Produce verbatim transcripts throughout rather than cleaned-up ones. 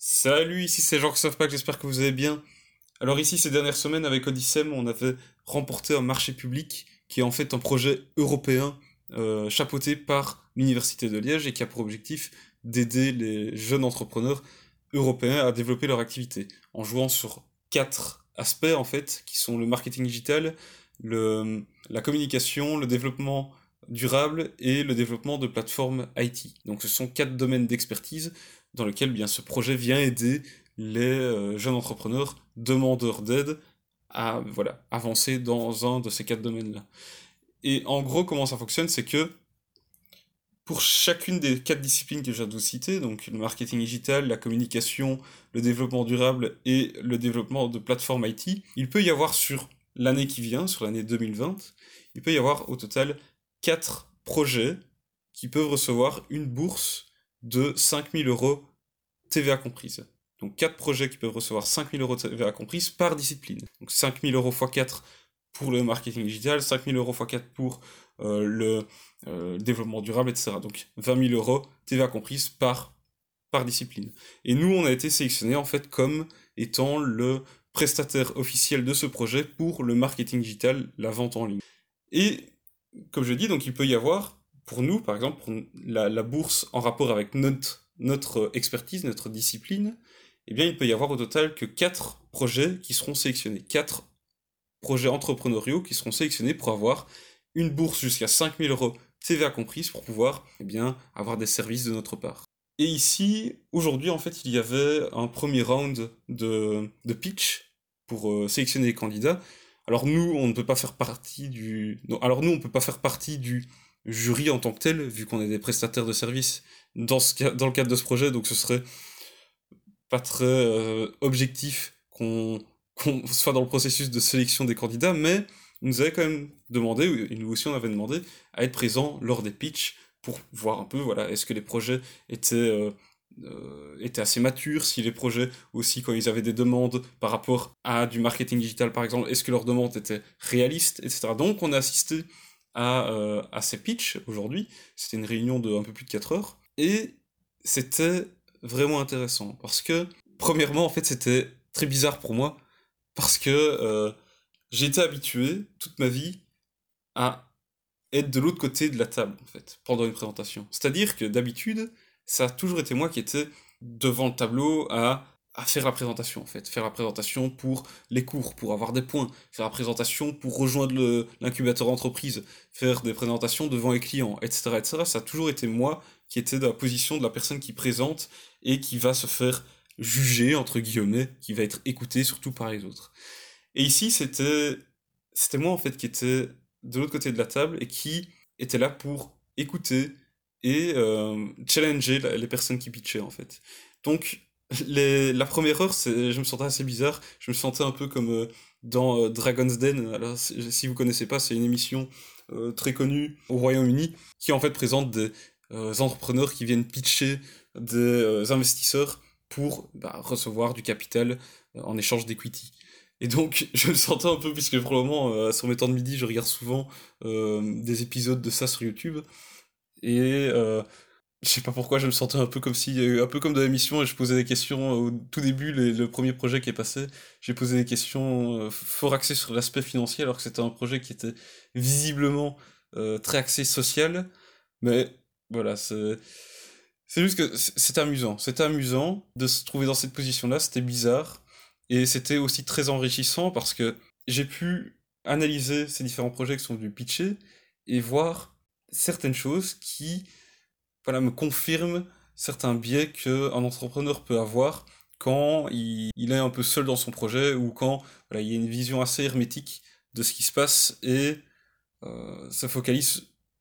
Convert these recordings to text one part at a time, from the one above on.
Salut, ici c'est Jean Pack, j'espère que vous allez bien. Alors ici, ces dernières semaines, avec Odyssem, on avait remporté un marché public qui est en fait un projet européen euh, chapeauté par l'Université de Liège et qui a pour objectif d'aider les jeunes entrepreneurs européens à développer leur activité en jouant sur quatre aspects en fait, qui sont le marketing digital, le, la communication, le développement durable et le développement de plateformes I T. Donc ce sont quatre domaines d'expertise dans lesquels bien ce projet vient aider les euh, jeunes entrepreneurs demandeurs d'aide à voilà, avancer dans un de ces quatre domaines-là. Et en gros, comment ça fonctionne, c'est que pour chacune des quatre disciplines que je viens de vous citer, donc le marketing digital, la communication, le développement durable et le développement de plateformes I T, il peut y avoir sur l'année qui vient, sur l'année deux mille vingt, il peut y avoir au total quatre projets qui peuvent recevoir une bourse de cinq mille euros T V A comprise. Donc quatre projets qui peuvent recevoir cinq mille euros T V A comprise par discipline. Donc cinq mille euros fois quatre pour le marketing digital, cinq mille euros fois quatre pour euh, le euh, développement durable, et cetera. Donc vingt mille euros T V A comprise par, par discipline. Et nous, on a été sélectionnés en fait comme étant le prestataire officiel de ce projet pour le marketing digital, la vente en ligne. Et comme je dis, donc il peut y avoir, pour nous, par exemple, pour la, la bourse en rapport avec notre, notre expertise, notre discipline, eh bien, il peut y avoir au total que quatre projets qui seront sélectionnés. Quatre projets entrepreneuriaux qui seront sélectionnés pour avoir une bourse jusqu'à cinq mille euros T V A comprise pour pouvoir, eh bien, avoir des services de notre part. Et ici, aujourd'hui, en fait, il y avait un premier round de, de pitch pour euh, sélectionner les candidats. Alors nous, on ne peut pas faire partie du... Non, alors nous, on ne peut pas faire partie du jury en tant que tel, vu qu'on est des prestataires de services dans, ce ca- dans le cadre de ce projet, donc ce serait pas très euh, objectif qu'on qu'on soit dans le processus de sélection des candidats, mais on nous avait quand même demandé, et nous aussi on avait demandé, à être présent lors des pitchs pour voir un peu, voilà, est-ce que les projets étaient, euh, euh, étaient assez matures, si les projets aussi, quand ils avaient des demandes par rapport à du marketing digital par exemple, est-ce que leurs demandes étaient réalistes, et cetera. Donc on a assisté à, euh, à ces pitchs aujourd'hui, c'était une réunion de un peu plus de quatre heures, et c'était vraiment intéressant, parce que, premièrement, en fait, c'était très bizarre pour moi, parce que euh, j'ai été habitué toute ma vie à être de l'autre côté de la table, en fait, pendant une présentation. C'est-à-dire que d'habitude, ça a toujours été moi qui étais devant le tableau à, à faire la présentation, en fait. Faire la présentation pour les cours, pour avoir des points. Faire la présentation pour rejoindre le- l'incubateur entreprise. Faire des présentations devant les clients, et cetera, et cetera. Ça a toujours été moi qui était dans la position de la personne qui présente et qui va se faire juger, entre guillemets, qui va être écouté surtout par les autres. Et ici, c'était c'était moi en fait qui était de l'autre côté de la table et qui était là pour écouter et euh, challenger la- les personnes qui pitchaient en fait. Donc les- la première heure, c'est, je me sentais assez bizarre. Je me sentais un peu comme euh, dans euh, Dragon's Den. Alors si si vous connaissez pas, c'est une émission euh, très connue au Royaume-Uni qui en fait présente des euh, entrepreneurs qui viennent pitcher des euh, investisseurs pour bah, recevoir du capital euh, en échange d'equity. Et donc, je me sentais un peu, puisque pour le moment, euh, sur mes temps de midi, je regarde souvent euh, des épisodes de ça sur YouTube. Et euh, je sais pas pourquoi, je me sentais un peu comme si, euh, un peu comme dans l'émission, et je posais des questions au tout début, les- le premier projet qui est passé. J'ai posé des questions euh, fort axées sur l'aspect financier, alors que c'était un projet qui était visiblement euh, très axé social. Mais voilà, c'est c'est juste que c- c'était amusant. C'était amusant de se trouver dans cette position-là, c'était bizarre. Et c'était aussi très enrichissant parce que j'ai pu analyser ces différents projets qui sont venus pitcher et voir certaines choses qui, voilà, me confirment certains biais qu'un entrepreneur peut avoir quand il, il est un peu seul dans son projet ou quand, voilà, il y a une vision assez hermétique de ce qui se passe et euh, se focalise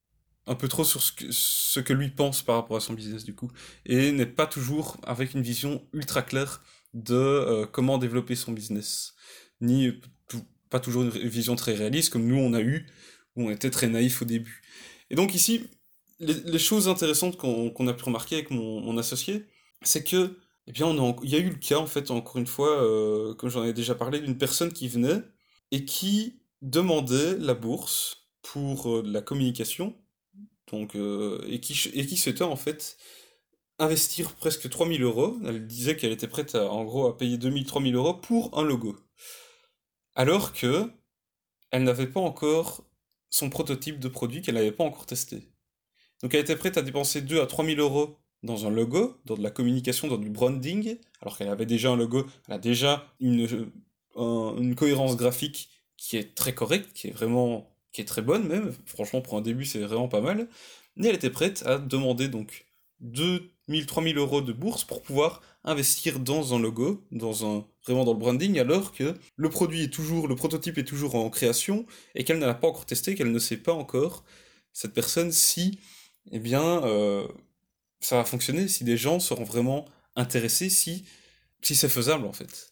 un peu trop sur ce que, ce que lui pense par rapport à son business du coup, et n'est pas toujours avec une vision ultra claire de euh, comment développer son business, ni euh, tout- pas toujours une ré- vision très réaliste comme nous on a eu, où on était très naïf au début. Et donc ici, les, les choses intéressantes qu'on qu'on a pu remarquer avec mon, mon associé, c'est que, eh bien, on a en- il y a eu le cas en fait, encore une fois, euh, comme j'en ai déjà parlé, d'une personne qui venait et qui demandait la bourse pour euh, de la communication donc, euh, et qui, ch- et qui souhaitait en fait investir presque trois mille euros. Elle disait qu'elle était prête à, en gros, à payer deux mille, trois mille euros pour un logo. Alors que elle n'avait pas encore son prototype de produit qu'elle n'avait pas encore testé. Donc elle était prête à dépenser deux à trois mille euros dans un logo, dans de la communication, dans du branding, alors qu'elle avait déjà un logo, elle a déjà une, un- une cohérence graphique qui est très correcte, qui est vraiment, qui est très bonne même. Franchement, pour un début, c'est vraiment pas mal. Mais elle était prête à demander donc deux mille, trois mille euros de bourse pour pouvoir investir dans un logo, dans un, vraiment dans le branding, alors que le produit est toujours, le prototype est toujours en création et qu'elle ne l'a pas encore testé, qu'elle ne sait pas encore, cette personne, si, eh bien, euh, ça va fonctionner, si des gens seront vraiment intéressés, si, si c'est faisable en fait.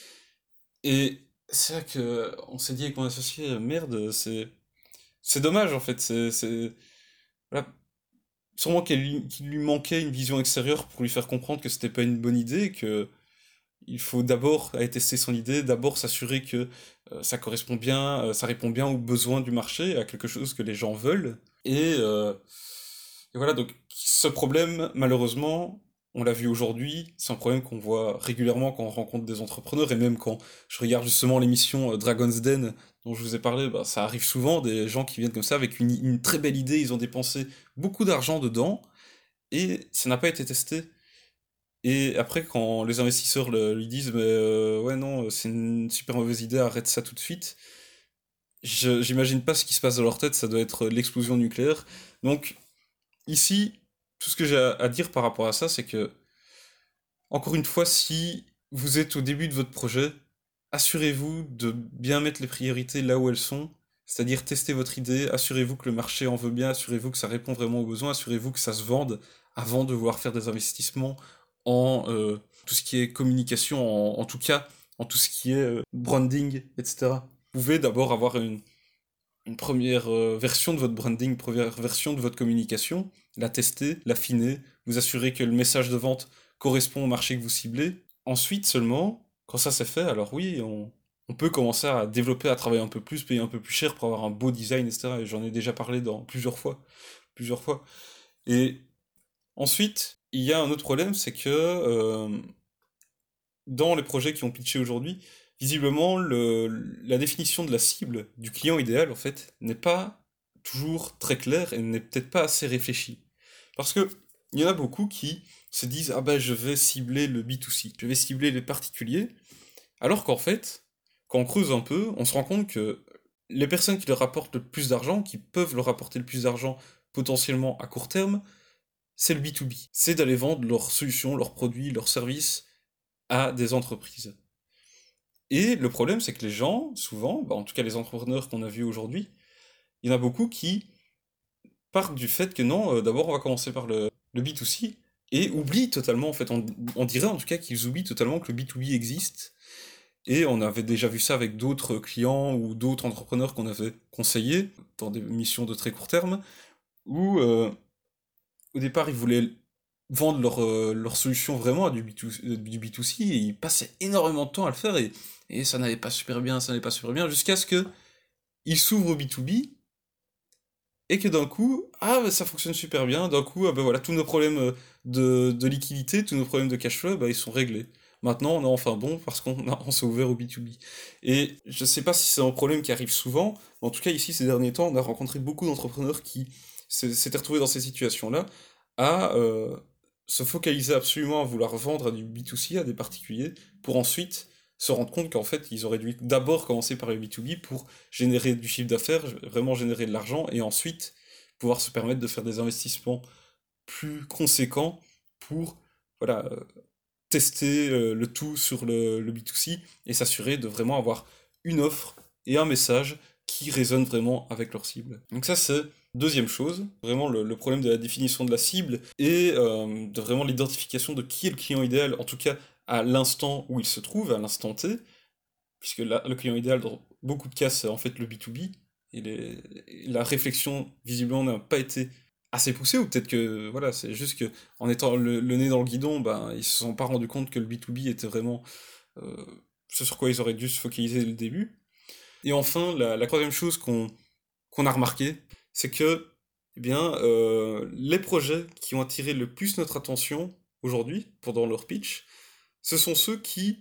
Et c'est là que on s'est dit avec mon associé, merde, c'est, c'est dommage en fait, c'est, c'est, voilà, sûrement qu'il lui, qu'il lui manquait une vision extérieure pour lui faire comprendre que c'était pas une bonne idée, que il faut d'abord aller tester son idée, d'abord s'assurer que euh, ça correspond bien, euh, ça répond bien aux besoins du marché, à quelque chose que les gens veulent. Et, euh, et voilà, donc ce problème, malheureusement, on l'a vu aujourd'hui, c'est un problème qu'on voit régulièrement quand on rencontre des entrepreneurs, et même quand je regarde justement l'émission euh, Dragon's Den dont je vous ai parlé, bah, ça arrive souvent, des gens qui viennent comme ça avec une, une très belle idée, ils ont dépensé beaucoup d'argent dedans, et ça n'a pas été testé. Et après, quand les investisseurs le- lui disent, mais euh, ouais, non, c'est une super mauvaise idée, arrête ça tout de suite, je- j'imagine pas ce qui se passe dans leur tête, ça doit être l'explosion nucléaire. Donc, ici, tout ce que j'ai à, à dire par rapport à ça, c'est que, encore une fois, si vous êtes au début de votre projet, assurez-vous de bien mettre les priorités là où elles sont, c'est-à-dire tester votre idée, assurez-vous que le marché en veut bien, assurez-vous que ça répond vraiment aux besoins, assurez-vous que ça se vende avant de vouloir faire des investissements en euh, tout ce qui est communication, en, en tout cas, en tout ce qui est euh, branding, et cetera. Vous pouvez d'abord avoir une, une première euh, version de votre branding, une première version de votre communication, la tester, l'affiner, vous assurer que le message de vente correspond au marché que vous ciblez. Ensuite seulement, quand ça c'est fait, alors oui, on, on peut commencer à développer, à travailler un peu plus, payer un peu plus cher pour avoir un beau design, et cetera. Et j'en ai déjà parlé dans plusieurs fois, plusieurs fois. Et ensuite, il y a un autre problème, c'est que euh, dans les projets qui ont pitché aujourd'hui, visiblement, le, la définition de la cible du client idéal, en fait, n'est pas toujours très claire et n'est peut-être pas assez réfléchie. Parce que il y en a beaucoup qui se disent ah ben je vais cibler le B deux C, je vais cibler les particuliers, alors qu'en fait, quand on creuse un peu, on se rend compte que les personnes qui leur rapportent le plus d'argent, qui peuvent leur apporter le plus d'argent potentiellement à court terme, c'est le B deux B. C'est d'aller vendre leurs solutions, leurs produits, leurs services à des entreprises. Et le problème, c'est que les gens, souvent, bah, en tout cas les entrepreneurs qu'on a vus aujourd'hui, il y en a beaucoup qui partent du fait que non, euh, d'abord on va commencer par le, le B deux C, et oublient totalement, en fait, on, on dirait en tout cas qu'ils oublient totalement que le B deux B existe, et on avait déjà vu ça avec d'autres clients ou d'autres entrepreneurs qu'on avait conseillés dans des missions de très court terme, où euh, au départ ils voulaient vendre leur, euh, leur solution vraiment à du B deux, euh, du B deux C, et ils passaient énormément de temps à le faire, et, et ça n'allait pas super bien, ça n'allait pas super bien, jusqu'à ce que ils s'ouvrent au B deux B, et que d'un coup, ah bah, ça fonctionne super bien, d'un coup, ah bah voilà, tous nos problèmes euh, de, de liquidité, tous nos problèmes de cash flow, bah, ils sont réglés. Maintenant, on est enfin bon parce qu'on a- on s'est ouvert au B deux B. Et je sais pas si c'est un problème qui arrive souvent, mais en tout cas ici, ces derniers temps, on a rencontré beaucoup d'entrepreneurs qui s'é- s'étaient retrouvés dans ces situations-là, à euh, se focaliser absolument à vouloir vendre à du B deux C, à des particuliers, pour ensuite se rendre compte qu'en fait, ils auraient dû d'abord commencer par le B deux B pour générer du chiffre d'affaires, vraiment générer de l'argent, et ensuite pouvoir se permettre de faire des investissements plus conséquents pour voilà, euh, tester euh, le tout sur le, le B deux C et s'assurer de vraiment avoir une offre et un message qui résonne vraiment avec leur cible. Donc ça c'est deuxième chose, vraiment le, le problème de la définition de la cible et euh, de vraiment l'identification de qui est le client idéal, en tout cas à l'instant où il se trouve, à l'instant T, puisque là, le client idéal, dans beaucoup de cas, c'est en fait le B deux B, et les- et la réflexion, visiblement, n'a pas été assez poussée, ou peut-être que, voilà, c'est juste que, en étant le, le nez dans le guidon, ben, ils se sont pas rendu compte que le B deux B était vraiment euh, ce sur quoi ils auraient dû se focaliser dès le début. Et enfin, la, la troisième chose qu'on qu'on a remarqué, c'est que eh bien, euh, les projets qui ont attiré le plus notre attention aujourd'hui, pendant leur pitch, ce sont ceux qui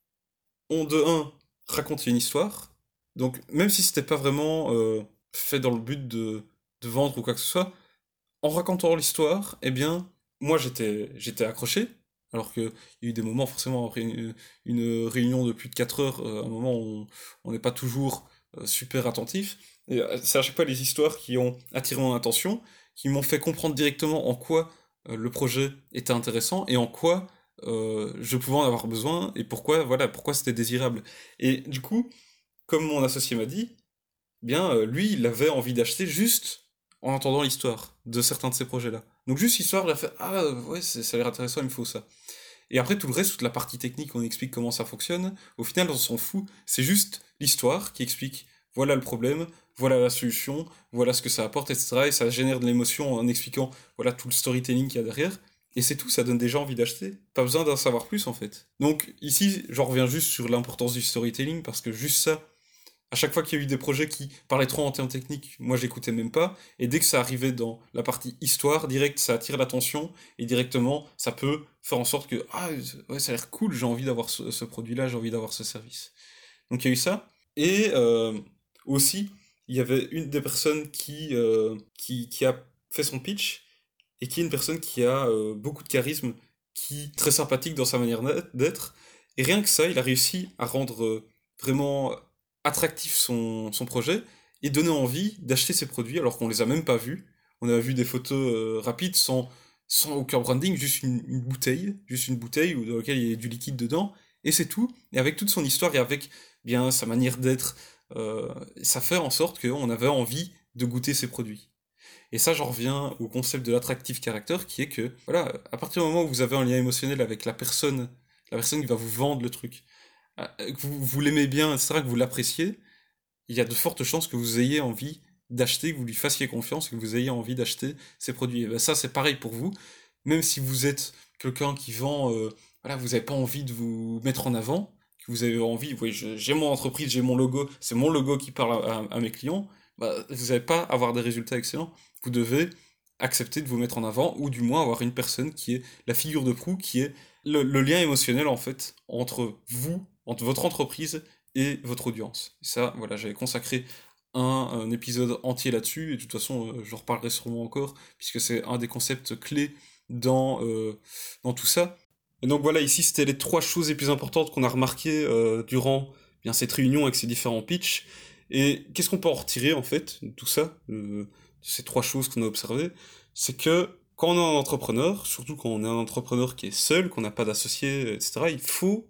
ont de un raconté une histoire. Donc, même si c'était pas vraiment euh, fait dans le but de, de vendre ou quoi que ce soit, en racontant l'histoire, eh bien, moi j'étais j'étais accroché. Alors qu'il y a eu des moments, forcément, après une, une réunion de plus de quatre heures, euh, à un moment où on n'est pas toujours euh, super attentif. Et euh, c'est à chaque fois les histoires qui ont attiré mon attention, qui m'ont fait comprendre directement en quoi euh, le projet était intéressant et en quoi euh, je pouvais en avoir besoin et pourquoi, voilà, pourquoi c'était désirable. Et du coup, comme mon associé m'a dit, eh bien, euh, lui, il avait envie d'acheter juste en entendant l'histoire de certains de ces projets-là. Donc juste l'histoire, il a fait «Ah, euh, ouais, c'est- ça a l'air intéressant, il me faut ça». Et après, tout le reste, toute la partie technique, on explique comment ça fonctionne. Au final, on s'en fout. C'est juste l'histoire qui explique voilà le problème, voilà la solution, voilà ce que ça apporte, et cetera. Et ça génère de l'émotion en expliquant voilà tout le storytelling qu'il y a derrière. Et c'est tout, ça donne déjà envie d'acheter. Pas besoin d'en savoir plus en fait. Donc ici, j'en reviens juste sur l'importance du storytelling parce que juste ça, à chaque fois qu'il y a eu des projets qui parlaient trop en termes techniques, moi j'écoutais même pas. Et dès que ça arrivait dans la partie histoire, direct, ça attire l'attention. Et directement, ça peut faire en sorte que, ah, ouais, ça a l'air cool, j'ai envie d'avoir ce, ce produit-là, j'ai envie d'avoir ce service. Donc il y a eu ça. Et euh, aussi, il y avait une des personnes qui, euh, qui, qui a fait son pitch et qui est une personne qui a euh, beaucoup de charisme, qui est très sympathique dans sa manière d'être. Et rien que ça, il a réussi à rendre euh, vraiment attractif son, son projet et donner envie d'acheter ses produits alors qu'on les a même pas vus. On a vu des photos euh, rapides sans, sans aucun branding, juste une, une bouteille, juste une bouteille où- dans laquelle il y a du liquide dedans, et c'est tout. Et avec toute son histoire et avec bien sa manière d'être, euh, ça fait en sorte qu'on avait envie de goûter ses produits. Et ça, j'en reviens au concept de l'attractive character, qui est que, voilà, à partir du moment où vous avez un lien émotionnel avec la personne, la personne qui va vous vendre le truc, euh, que vous, vous l'aimez bien, et cetera, que vous l'appréciez, il y a de fortes chances que vous ayez envie d'acheter, que vous lui fassiez confiance, que vous ayez envie d'acheter ces produits. Et ben ça, c'est pareil pour vous. Même si vous êtes quelqu'un qui vend, euh, voilà, vous n'avez pas envie de vous mettre en avant, que vous avez envie, oui, je- j'ai mon entreprise, j'ai mon logo, c'est mon logo qui parle à, à- à mes clients, bah, vous n'allez pas avoir des résultats excellents. Vous devez accepter de vous mettre en avant, ou du moins avoir une personne qui est la figure de proue, qui est le, le lien émotionnel, en fait, entre vous, entre votre entreprise et votre audience. Et ça, voilà, j'avais consacré un, un épisode entier là-dessus, et de toute façon, euh, j'en reparlerai sûrement encore, puisque c'est un des concepts clés dans, euh, dans tout ça. Et donc voilà, ici, c'était les trois choses les plus importantes qu'on a remarquées euh, durant bien, cette réunion avec ces différents pitchs. Et qu'est-ce qu'on peut en retirer, en fait, de tout ça, euh, de ces trois choses qu'on a observées? C'est que quand on est un entrepreneur, surtout quand on est un entrepreneur qui est seul, qu'on n'a pas d'associé, et cetera, il faut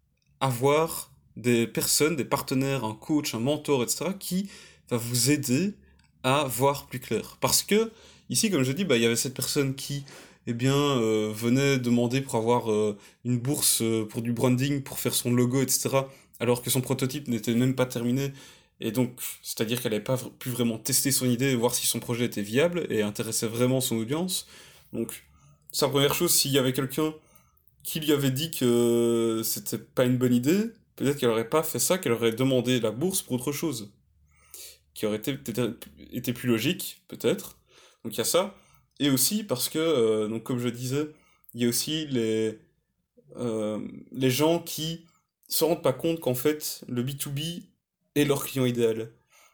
avoir des personnes, des partenaires, un coach, un mentor, et cetera, qui va vous aider à voir plus clair. Parce que, ici, comme je dis, bah, il y avait cette personne qui, eh bien, euh, venait demander pour avoir euh, une bourse euh, pour du branding, pour faire son logo, et cetera, alors que son prototype n'était même pas terminé. Et donc, c'est-à-dire qu'elle n'avait pas v- pu vraiment tester son idée et voir si son projet était viable et intéressait vraiment son audience. Donc, sa première chose, s'il y avait quelqu'un qui lui avait dit que c'était pas une bonne idée, peut-être qu'elle aurait pas fait ça, qu'elle aurait demandé la bourse pour autre chose, qui aurait été peut-être été plus logique, peut-être. Donc il y a ça. Et aussi parce que, euh, donc comme je disais, il y a aussi les, euh, les gens qui se rendent pas compte qu'en fait, le B deux B est leur client idéal.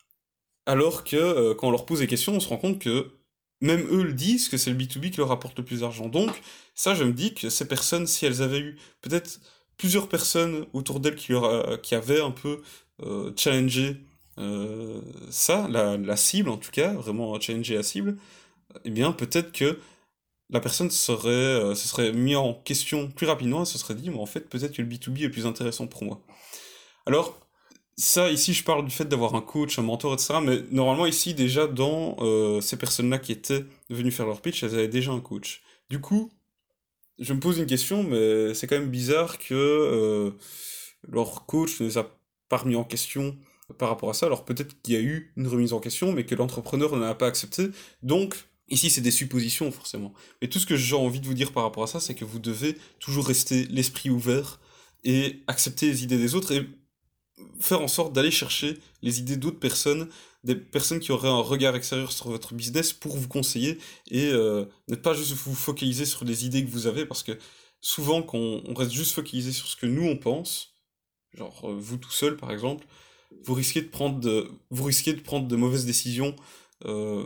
Alors que euh, quand on leur pose des questions, on se rend compte que même eux le disent que c'est le B deux B qui leur rapporte le plus d'argent. Donc, ça, je me dis que ces personnes, si elles avaient eu peut-être plusieurs personnes autour d'elles qui, leur a- qui avaient un peu euh, challengé euh, ça, la, la cible en tout cas, vraiment challengé la cible, eh bien peut-être que la personne serait, euh, se serait mis en question plus rapidement et se serait dit, mais en fait, peut-être que le B deux B est plus intéressant pour moi. Alors, ça, ici, je parle du fait d'avoir un coach, un mentor, et cetera. Mais normalement, ici, déjà, dans euh, ces personnes-là qui étaient venues faire leur pitch, elles avaient déjà un coach. Du coup, je me pose une question, mais c'est quand même bizarre que euh, leur coach ne les a pas remis en question par rapport à ça. Alors peut-être qu'il y a eu une remise en question, mais que l'entrepreneur ne l'a pas accepté. Donc, ici, c'est des suppositions, forcément. Mais tout ce que j'ai envie de vous dire par rapport à ça, c'est que vous devez toujours rester l'esprit ouvert et accepter les idées des autres et faire en sorte d'aller chercher les idées d'autres personnes des personnes qui auraient un regard extérieur sur votre business pour vous conseiller et euh, ne pas juste vous focaliser sur les idées que vous avez, parce que souvent quand on reste juste focalisé sur ce que nous on pense, genre euh, vous tout seul par exemple, vous risquez de prendre de, vous risquez de prendre de mauvaises décisions euh,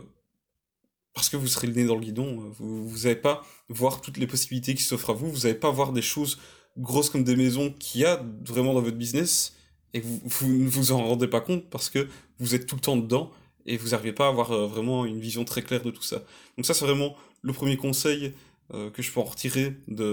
parce que vous serez le nez dans le guidon, euh, vous vous n'allez pas voir toutes les possibilités qui s'offrent à vous, vous n'allez pas voir des choses grosses comme des maisons qu'il y a vraiment dans votre business, et vous, vous ne vous en rendez pas compte parce que vous êtes tout le temps dedans, et vous n'arrivez pas à avoir euh, vraiment une vision très claire de tout ça. Donc ça, c'est vraiment le premier conseil euh, que je peux en retirer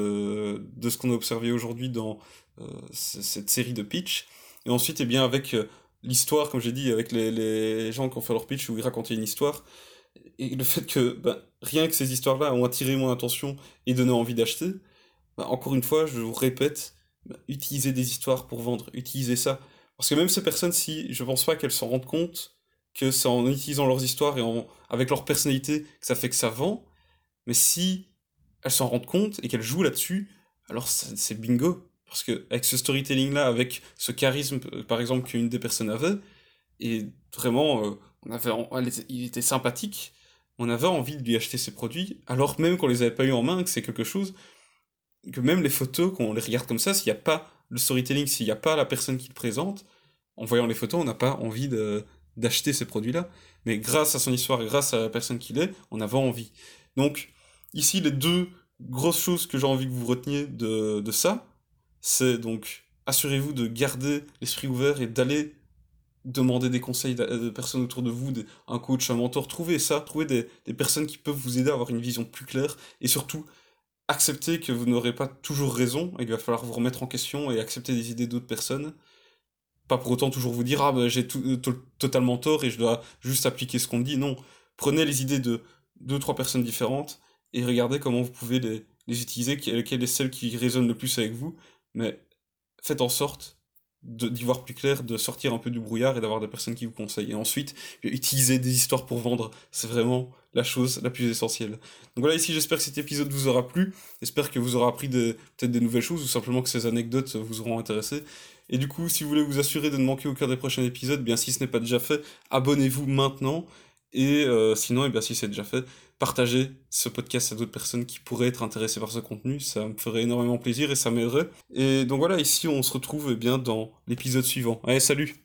de, de ce qu'on a observé aujourd'hui dans euh, c- cette série de pitch. Et ensuite, eh bien, avec euh, l'histoire, comme j'ai dit, avec les, les gens qui ont fait leur pitch, où ils racontaient une histoire, et le fait que ben, rien que ces histoires-là ont attiré mon attention et donné envie d'acheter, ben, encore une fois, je vous répète, ben, utilisez des histoires pour vendre, utilisez ça. Parce que même ces personnes, si je pense pas qu'elles s'en rendent compte que c'est en utilisant leurs histoires et en, avec leur personnalité que ça fait que ça vend, mais si elles s'en rendent compte et qu'elles jouent là-dessus, alors c'est c'est bingo. Parce que avec ce storytelling-là, avec ce charisme, euh, par exemple, qu'une des personnes avait, et vraiment, euh, on avait, en- elle était- il était sympathique. On avait envie de lui acheter ses produits, alors même qu'on les avait pas eu en main, que c'est quelque chose, que même les photos, quand on les regarde comme ça, s'il n'y a pas le storytelling, s'il n'y a pas la personne qui le présente, en voyant les photos, on n'a pas envie de, d'acheter ces produits-là. Mais grâce à son histoire et grâce à la personne qu'il est, on avait envie. Donc, ici, les deux grosses choses que j'ai envie que vous reteniez de, de ça, c'est donc, assurez-vous de garder l'esprit ouvert et d'aller demander des conseils de, de personnes autour de vous, de- un coach, un mentor, trouvez ça, trouvez des, des personnes qui peuvent vous aider à avoir une vision plus claire, et surtout, accepter que vous n'aurez pas toujours raison, et qu'il va falloir vous remettre en question et accepter des idées d'autres personnes, pas pour autant toujours vous dire, ah ben j'ai tout- euh, to- totalement tort et je dois juste appliquer ce qu'on me dit, non. Prenez les idées de deux, trois personnes différentes, et regardez comment vous pouvez les, les utiliser, quelle quelle est celle qui résonne le plus avec vous, mais faites en sorte de- d'y voir plus clair, de sortir un peu du brouillard et d'avoir des personnes qui vous conseillent. Et ensuite, utiliser des histoires pour vendre, c'est vraiment la chose la plus essentielle. Donc voilà, ici j'espère que cet épisode vous aura plu, j'espère que vous aurez appris de- peut-être des nouvelles choses, ou simplement que ces anecdotes vous auront intéressé. Et du coup, si vous voulez vous assurer de ne manquer aucun des prochains épisodes, eh bien si ce n'est pas déjà fait, abonnez-vous maintenant. Et euh, sinon, eh bien, si c'est déjà fait, partagez ce podcast à d'autres personnes qui pourraient être intéressées par ce contenu, ça me ferait énormément plaisir et ça m'aiderait. Et donc voilà, ici on se retrouve eh bien dans l'épisode suivant. Allez, salut!